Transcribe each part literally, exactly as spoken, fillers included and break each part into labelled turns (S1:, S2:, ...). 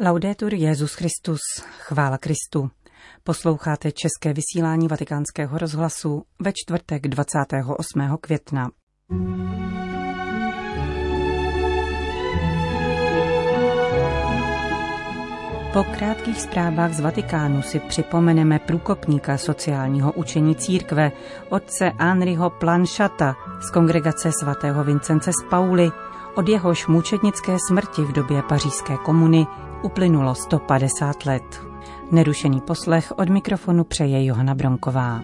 S1: Laudetur Jesus Christus, chvála Kristu. Posloucháte české vysílání Vatikánského rozhlasu ve čtvrtek dvacátého osmého května. Po krátkých zprávách z Vatikánu si připomeneme průkopníka sociálního učení církve, otce Henriho Planchata z kongregace svatého Vincence z Pauly. Od jehož mučednické smrti v době pařížské komuny uplynulo sto padesát let. Nerušený poslech od mikrofonu přeje Johana Bronková.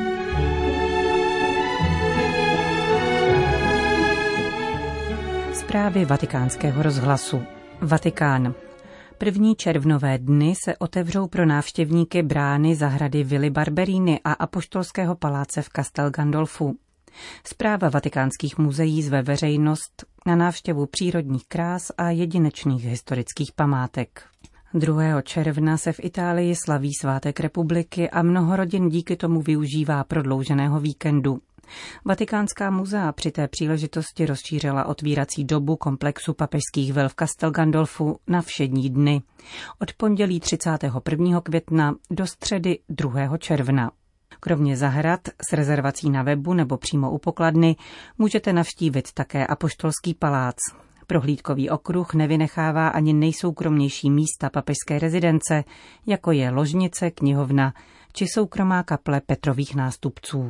S1: Zprávy Vatikánského rozhlasu. Vatikán. První červnové dny se otevřou pro návštěvníky brány zahrady Vily Barberini a apoštolského paláce v Castel Gandolfu. Správa vatikánských muzeí zve veřejnost na návštěvu přírodních krás a jedinečných historických památek. druhého června se v Itálii slaví svátek republiky a mnoho rodin díky tomu využívá prodlouženého víkendu. Vatikánská muzea při té příležitosti rozšířila otvírací dobu komplexu papežských vil v Castel Gandolfu na všední dny. Od pondělí třicátého prvního května do středy druhého června. Kromě zahrad s rezervací na webu nebo přímo u pokladny můžete navštívit také apoštolský palác. Prohlídkový okruh nevynechává ani nejsoukromnější místa papežské rezidence, jako je ložnice, knihovna či soukromá kaple Petrových nástupců.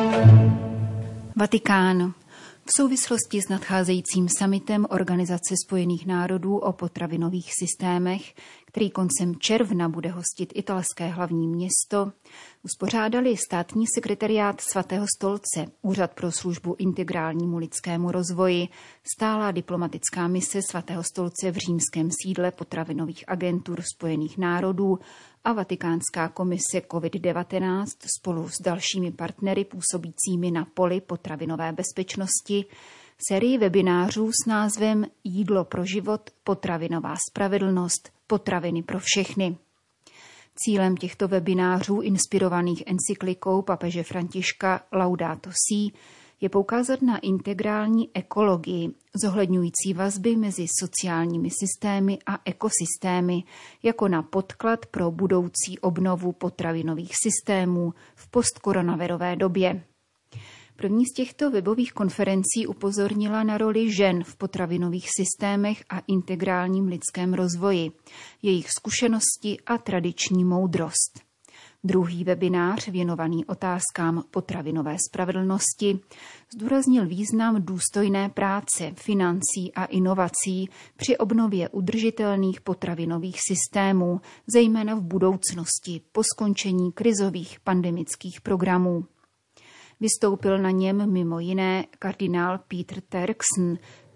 S2: Vatikán. V souvislosti s nadcházejícím summitem Organizace spojených národů o potravinových systémech, který koncem června bude hostit italské hlavní město, uspořádali státní sekretariát Svatého stolce, Úřad pro službu integrálnímu lidskému rozvoji, stálá diplomatická mise Svatého stolce v římském sídle potravinových agentur spojených národů a Vatikánská komise covid devatenáct spolu s dalšími partnery působícími na poli potravinové bezpečnosti sérii webinářů s názvem Jídlo pro život, potravinová spravedlnost, potraviny pro všechny. Cílem těchto webinářů, inspirovaných encyklikou papeže Františka Laudato Si, je poukázat na integrální ekologii, zohledňující vazby mezi sociálními systémy a ekosystémy, jako na podklad pro budoucí obnovu potravinových systémů v postkoronavirové době. První z těchto webových konferencí upozornila na roli žen v potravinových systémech a integrálním lidském rozvoji, jejich zkušenosti a tradiční moudrost. Druhý webinář, věnovaný otázkám potravinové spravedlnosti, zdůraznil význam důstojné práce, financí a inovací při obnově udržitelných potravinových systémů, zejména v budoucnosti po skončení krizových pandemických programů. Vystoupil na něm mimo jiné kardinál Peter Turkson,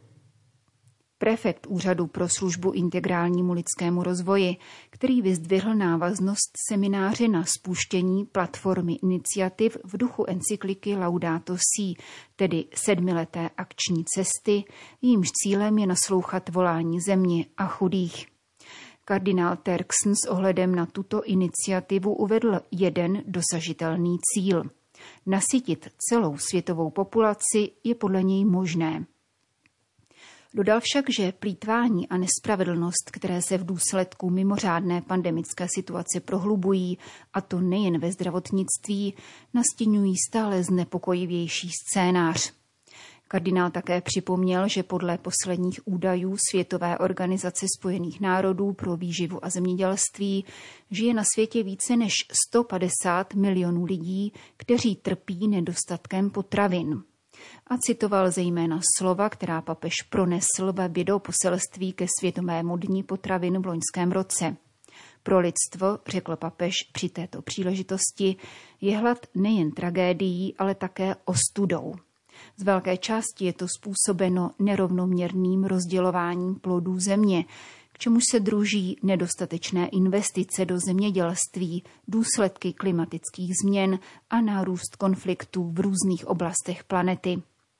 S2: prefekt Úřadu pro službu integrálnímu lidskému rozvoji, který vyzdvihl návaznost semináře na spuštění platformy iniciativ v duchu encykliky Laudato Si, tedy sedmileté akční cesty, jímž cílem je naslouchat volání země a chudých. Kardinál Turkson s ohledem na tuto iniciativu uvedl jeden dosažitelný cíl. Nasytit celou světovou populaci je podle něj možné. Dodal však, že plýtvání a nespravedlnost, které se v důsledku mimořádné pandemické situace prohlubují, a to nejen ve zdravotnictví, nastěňují stále znepokojivější scénář. Kardinál také připomněl, že podle posledních údajů Světové organizace spojených národů pro výživu a zemědělství žije na světě více než sto padesát milionů lidí, kteří trpí nedostatkem potravin. A citoval zejména slova, která papež pronesl ve videoposelství ke světovému dni potravin v loňském roce. Pro lidstvo, řekl papež při této příležitosti, je hlad nejen tragédií, ale také ostudou. Z velké části je to způsobeno nerovnoměrným rozdělováním plodů země, k čemuž se druží nedostatečné investice do zemědělství, důsledky klimatických změn a nárůst konfliktů v různých oblastech planety.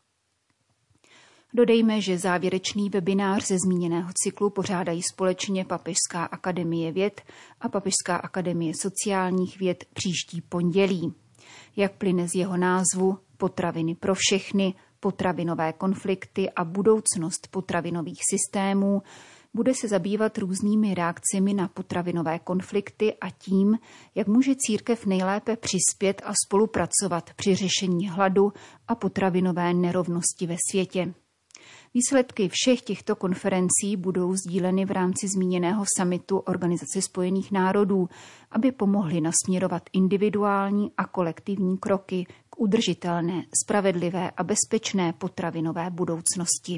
S2: Dodejme, že závěrečný webinář ze zmíněného cyklu pořádají společně Papežská akademie věd a Papežská akademie sociálních věd příští pondělí. Jak plyne z jeho názvu, potraviny pro všechny, potravinové konflikty a budoucnost potravinových systémů, Bude se zabývat různými reakcemi na potravinové konflikty a tím, jak může církev nejlépe přispět a spolupracovat při řešení hladu a potravinové nerovnosti ve světě. Výsledky všech těchto konferencí budou sdíleny v rámci zmíněného summitu Organizace spojených národů, aby pomohly nasměrovat individuální a kolektivní kroky k udržitelné, spravedlivé a bezpečné potravinové budoucnosti.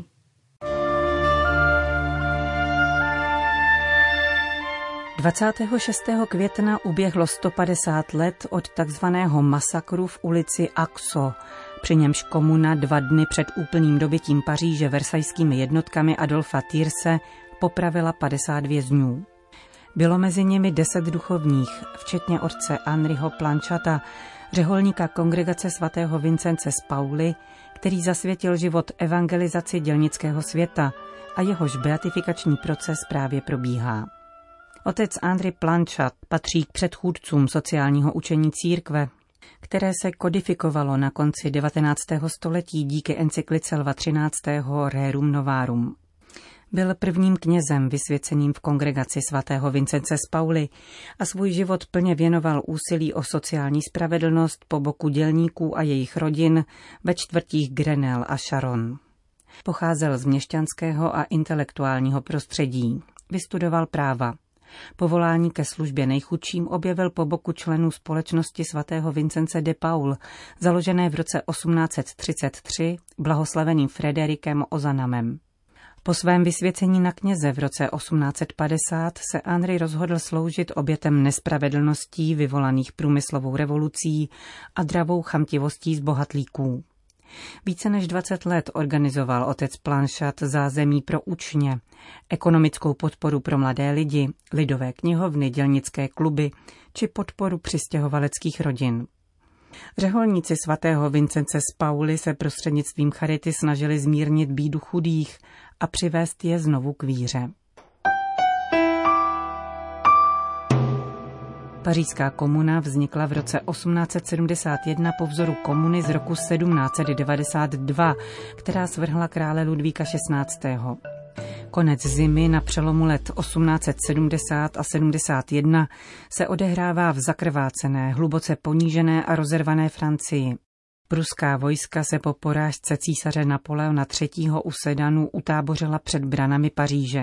S1: dvacátého šestého května uběhlo sto padesát let od takzvaného masakru v ulici Aqsa, při němž komuna dva dny před úplným dobytím Paříže versajskými jednotkami Adolfa Thierse popravila padesát vězňů. Bylo mezi nimi deset duchovních, včetně otce Henriho Planchata, řeholníka kongregace svatého Vincence z Pauly, který zasvětil život evangelizaci dělnického světa a jehož beatifikační proces právě probíhá. Otec Henri Planchat patří k předchůdcům sociálního učení církve, které se kodifikovalo na konci devatenáctého století díky encyklice Lva třináctého. Rerum Novarum. Byl prvním knězem vysvěceným v kongregaci svatého Vincence z Pauly a svůj život plně věnoval úsilí o sociální spravedlnost po boku dělníků a jejich rodin ve čtvrtích Grenelle a Charonne. Pocházel z měšťanského a intelektuálního prostředí. Vystudoval práva. Povolání ke službě nejchudším objevil po boku členů společnosti svatého Vincence de Paul, založené v roce osmnáct set třicet tři blahoslaveným Frederikem Ozanamem. Po svém vysvěcení na kněze v roce osmnáct set padesát se Henri rozhodl sloužit obětem nespravedlností vyvolaných průmyslovou revolucí a dravou chamtivostí zbohatlíků. Více než dvacet let organizoval otec Planchat zázemí pro učně, ekonomickou podporu pro mladé lidi, lidové knihovny, dělnické kluby či podporu přistěhovaleckých rodin. Řeholníci svatého Vincence z Pauly se prostřednictvím charity snažili zmírnit bídu chudých a přivést je znovu k víře. Pařížská komuna vznikla v roce osmnáct set sedmdesát jedna po vzoru komuny z roku sedmnáct set devadesát dva, která svrhla krále Ludvíka šestnáctého. Konec zimy na přelomu let osmnáct set sedmdesát a sedmdesát jedna se odehrává v zakrvácené, hluboce ponížené a rozervané Francii. Pruská vojska se po porážce císaře Napoleona třetího. u Sedanu utábořila před branami Paříže.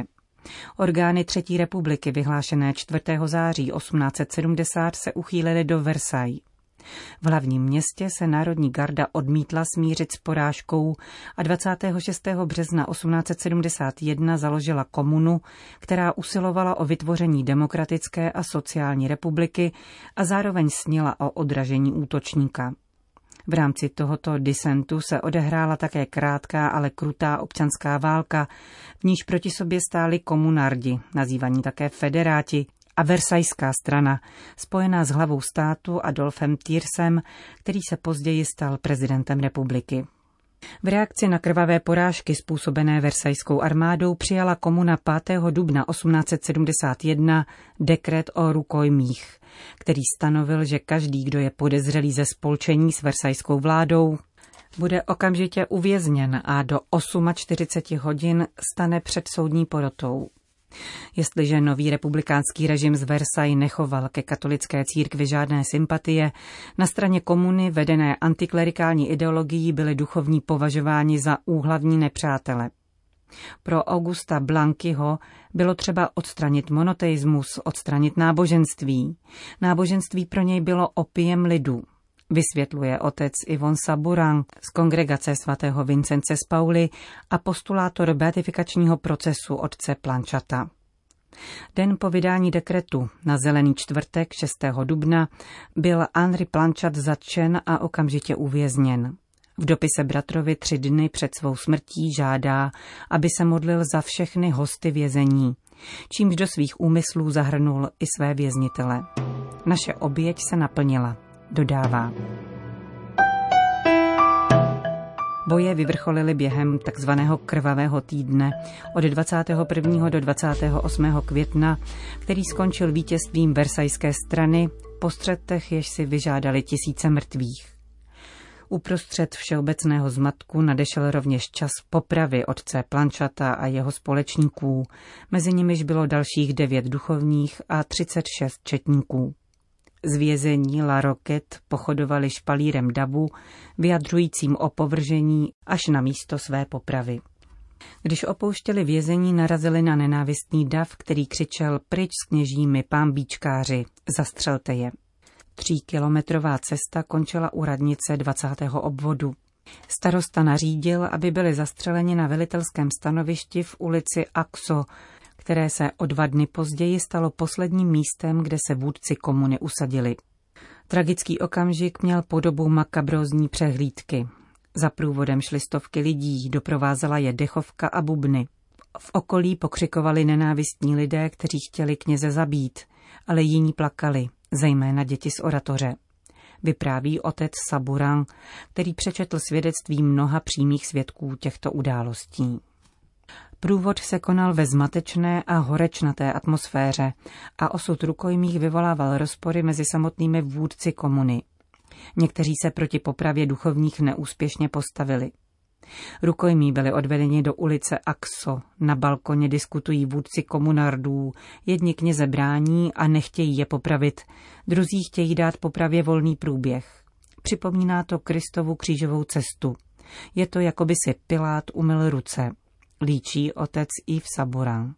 S1: Orgány Třetí republiky vyhlášené čtvrtého září osmnáct set sedmdesát se uchýlily do Versailles. V hlavním městě se národní garda odmítla smířit s porážkou a dvacátého šestého března osmnáct set sedmdesát jedna založila komunu, která usilovala o vytvoření demokratické a sociální republiky a zároveň snila o odražení útočníka. V rámci tohoto disentu se odehrála také krátká, ale krutá občanská válka, v níž proti sobě stáli komunardi, nazývaní také federáti, a versajská strana, spojená s hlavou státu Adolfem Thiersem, který se později stal prezidentem republiky. V reakci na krvavé porážky způsobené versajskou armádou přijala komuna pátého dubna osmnáct set sedmdesát jedna dekret o rukojmích, který stanovil, že každý, kdo je podezřelý ze spolčení s versajskou vládou, bude okamžitě uvězněn a do čtyřiceti osmi hodin stane před soudní porotou. Jestliže nový republikánský režim z Versailles nechoval ke katolické církvi žádné sympatie, na straně komuny vedené antiklerikální ideologií byli duchovní považováni za úhlavní nepřátele. Pro Augusta Blanquyho bylo třeba odstranit monoteismus, odstranit náboženství. Náboženství pro něj bylo opiem lidu, vysvětluje otec Yvon Sabourin z kongregace svatého Vincence z Pauly a postulátor beatifikačního procesu otce Planchata. Den po vydání dekretu na Zelený čtvrtek šestého dubna byl Henri Planchat zatčen a okamžitě uvězněn. V dopise bratrovi tři dny před svou smrtí žádá, aby se modlil za všechny hosty vězení, čímž do svých úmyslů zahrnul i své věznitele. Naše oběť se naplnila, dodává. Boje vyvrcholily během takzvaného krvavého týdne od dvacátého prvního do dvacátého osmého května, který skončil vítězstvím versajské strany po střetech, jež si vyžádali tisíce mrtvých. Uprostřed všeobecného zmatku nadešel rovněž čas popravy otce Planchata a jeho společníků, mezi nimiž bylo dalších devět duchovních a třicet šest četníků. Z vězení La Roquette pochodovali špalírem davu, vyjadřujícím opovržení až na místo své popravy. Když opouštěli vězení, narazili na nenávistný dav, který křičel: pryč s kněžími, pánbíčkáři, zastřelte je. Tříkilometrová cesta končila u radnice dvacátého obvodu. Starosta nařídil, aby byli zastřeleni na velitelském stanovišti v ulici Axo, které se o dva dny později stalo posledním místem, kde se vůdci komuny usadili. Tragický okamžik měl podobu makabrózní přehlídky. Za průvodem šly stovky lidí, doprovázela je dechovka a bubny. V okolí pokřikovali nenávistní lidé, kteří chtěli kněze zabít, ale jiní plakali, zejména děti z oratoře. Vypráví otec Sabourin, který přečetl svědectví mnoha přímých svědků těchto událostí. Průvod se konal ve zmatečné a horečnaté atmosféře a osud rukojmích vyvolával rozpory mezi samotnými vůdci komuny. Někteří se proti popravě duchovních neúspěšně postavili. Rukojmí byli odvedeni do ulice Axo, na balkoně diskutují vůdci komunardů, jedni kněze brání a nechtějí je popravit, druzí chtějí dát popravě volný průběh. Připomíná to Kristovu křížovou cestu. Je to, jako by si Pilát umyl ruce, líčí otec Yves Sabourin.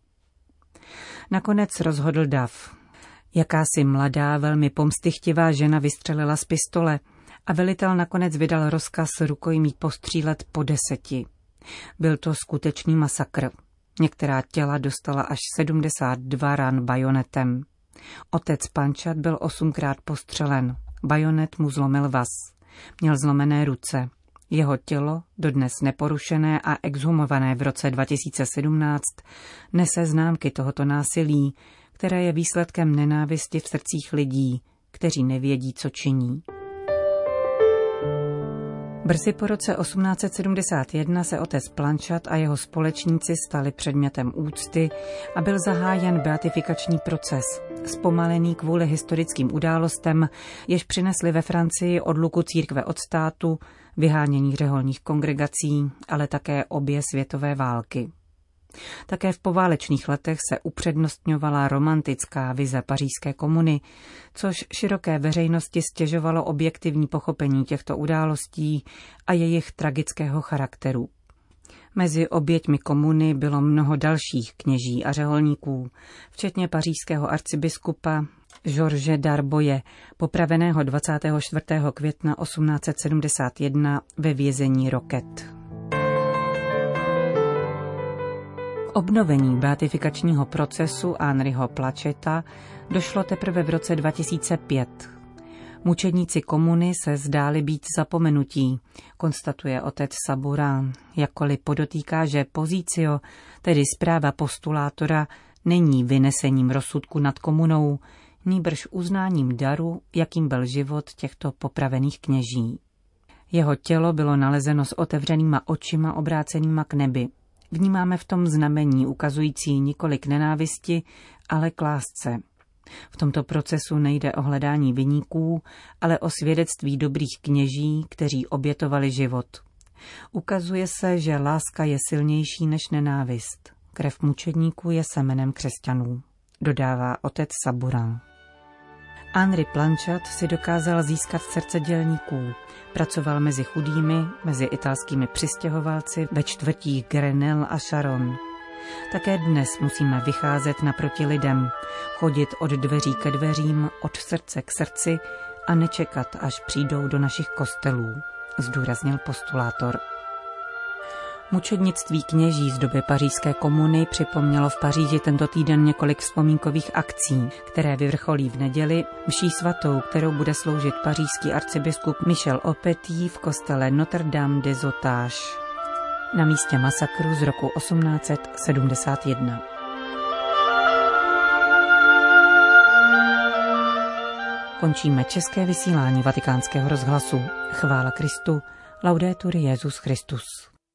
S1: Nakonec rozhodl dav. Jakási mladá, velmi pomstychtivá žena vystřelila z pistole a velitel nakonec vydal rozkaz rukojmí postřílet po deseti. Byl to skutečný masakr. Některá těla dostala až sedmdesát dva ran bajonetem. Otec Planchat byl osmkrát postřelen. Bajonet mu zlomil vaz. Měl zlomené ruce. Jeho tělo, dodnes neporušené a exhumované v roce dva tisíce sedmnáct, nese známky tohoto násilí, které je výsledkem nenávisti v srdcích lidí, kteří nevědí, co činí. Brzy po roce osmnáct set sedmdesát jedna se otec Planchat a jeho společníci stali předmětem úcty a byl zahájen beatifikační proces, zpomalený kvůli historickým událostem, jež přinesly ve Francii odluku církve od státu, vyhánění řeholních kongregací, ale také obě světové války. Také v poválečných letech se upřednostňovala romantická vize pařížské komuny, což široké veřejnosti stěžovalo objektivní pochopení těchto událostí a jejich tragického charakteru. Mezi oběťmi komuny bylo mnoho dalších kněží a řeholníků, včetně pařížského arcibiskupa George Darboye, popraveného dvacátého čtvrtého května osmnáct set sedmdesát jedna ve vězení Roquette. Obnovení beatifikačního procesu Henriho Planchata došlo teprve v roce dva tisíce pět. Mučedníci komuny se zdáli být zapomenutí, konstatuje otec Sabourin, jakkoliv podotýká, že pozicio, tedy zpráva postulátora, není vynesením rozsudku nad komunou, nýbrž uznáním daru, jakým byl život těchto popravených kněží. Jeho tělo bylo nalezeno s otevřenýma očima obrácenýma k nebi. Vnímáme v tom znamení ukazující nikoli k nenávisti, ale k lásce. V tomto procesu nejde o hledání viníků, ale o svědectví dobrých kněží, kteří obětovali život. Ukazuje se, že láska je silnější než nenávist. Krev mučedníků je semenem křesťanů, dodává otec Sabourin. Henri Planchat si dokázal získat srdce dělníků. Pracoval mezi chudými, mezi italskými přistěhovalci ve čtvrtích Grenelle a Charonne. Také dnes musíme vycházet naproti lidem, chodit od dveří ke dveřím, od srdce k srdci a nečekat, až přijdou do našich kostelů, zdůraznil postulátor. Mučednictví kněží z doby pařížské komuny připomnělo v Paříži tento týden několik vzpomínkových akcí, které vyvrcholí v neděli mší svatou, kterou bude sloužit pařížský arcibiskup Michel Aupetit v kostele Notre-Dame des Otages na místě masakru z roku osmnáct set sedmdesát jedna. Končíme české vysílání Vatikánského rozhlasu. Chvála Kristu, laudetur Jesus Christus.